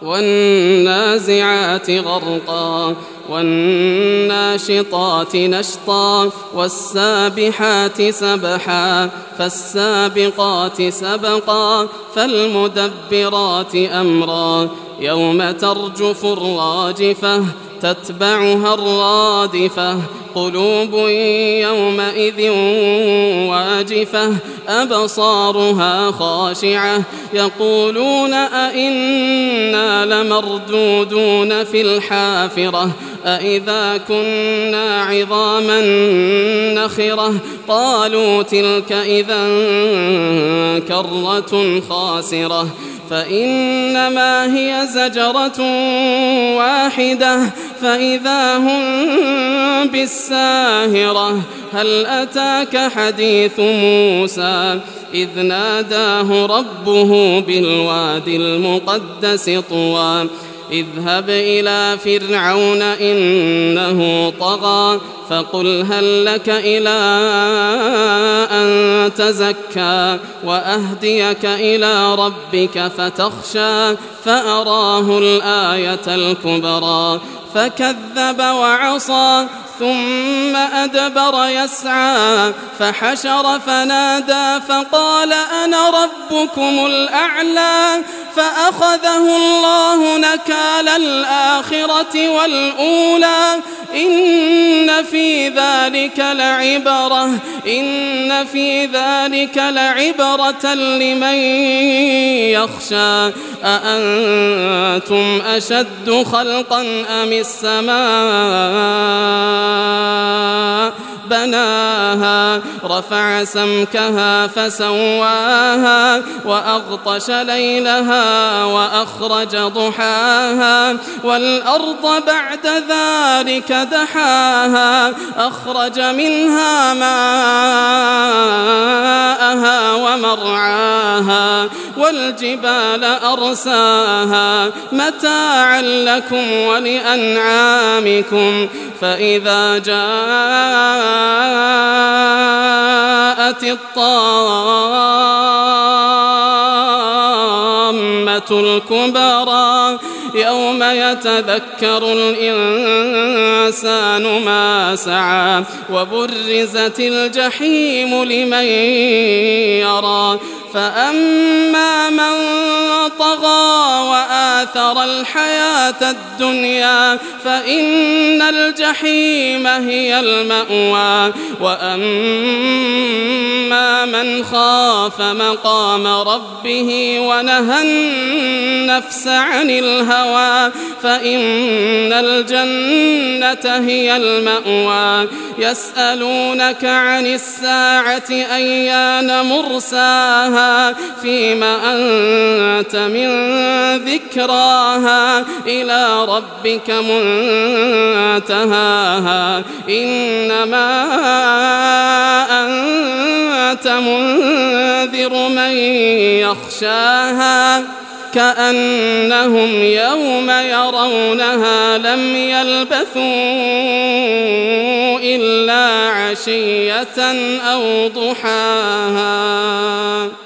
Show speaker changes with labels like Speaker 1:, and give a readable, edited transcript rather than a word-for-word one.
Speaker 1: والنازعات غرقا والناشطات نشطا والسابحات سبحا فالسابقات سبقا فالمدبرات أمرا يوم ترجف الراجفة تتبعها الرادفة قلوب يومئذ واجفة أبصارها خاشعة يقولون أئنا لمردودون في الحافرة أئذا كنا عظاما نخرة قالوا تلك إذا كرة خاسرة فإنما هي زجرة واحدة فإذا هم بالساهرة هل أتاك حديث موسى إذ ناداه ربه بالوادي المقدس طوى اذهب إلى فرعون إنه طغى فقل هل لك إلى أن تزكى وأهديك إلى ربك فتخشى فأراه الآية الكبرى فكذب وعصى ثم أدبر يسعى فحشر فنادى فقال أنا ربكم الأعلى فأخذه الله نكال الآخرة والأولى إن في ذلك لعبرة لمن يخشى أأنتم أشد خلقا أم السماء بناها رفع سمكها فسواها وأغطش ليلها وأخرج ضحاها والأرض بعد ذلك دحاها أخرج منها ماءها ومرعاها والجبال أرساها متاعا لكم ولأنعامكم فإذا جاءت الطامة الكبرى يوم يتذكر الإنسان ما سعى وبرزت الجحيم لمن يرى فأما من طغى وآثر الحياة الدنيا فإن الجحيم هي المأوى وأما من خاف مقام ربه ونهى النفس عن الهوى فإن الجنة هي المأوى يسألونك عن الساعة أيان مرساها فيما أنت من ذكراها إلى ربك منتهاها إنما أنت منذر من يخشاها كأنهم يوم يرونها لم يلبثوا إلا عشية أو ضحاها.